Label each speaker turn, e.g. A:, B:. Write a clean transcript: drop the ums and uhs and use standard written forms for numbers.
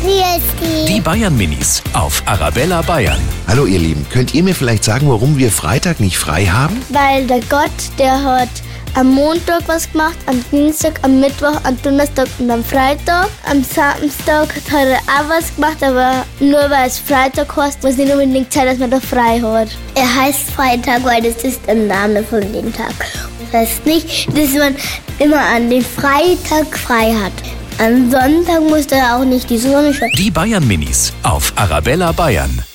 A: Wie ist
B: Die Bayern Minis auf Arabella Bayern.
C: Hallo ihr Lieben, könnt ihr mir vielleicht sagen, warum wir Freitag nicht frei haben?
A: Weil der Gott, der hat am Montag was gemacht, am Dienstag, am Mittwoch, am Donnerstag und am Freitag. Am Samstag hat er auch was gemacht, aber nur weil es Freitag heißt, muss nicht unbedingt sein, dass man da frei hat. Er heißt Freitag, weil das ist der Name von dem Tag. Das heißt nicht, dass man immer an den Freitag frei hat. Am Sonntag muss da auch nicht die Sonne scheinen.
B: Die Bayern Minis auf Arabella Bayern.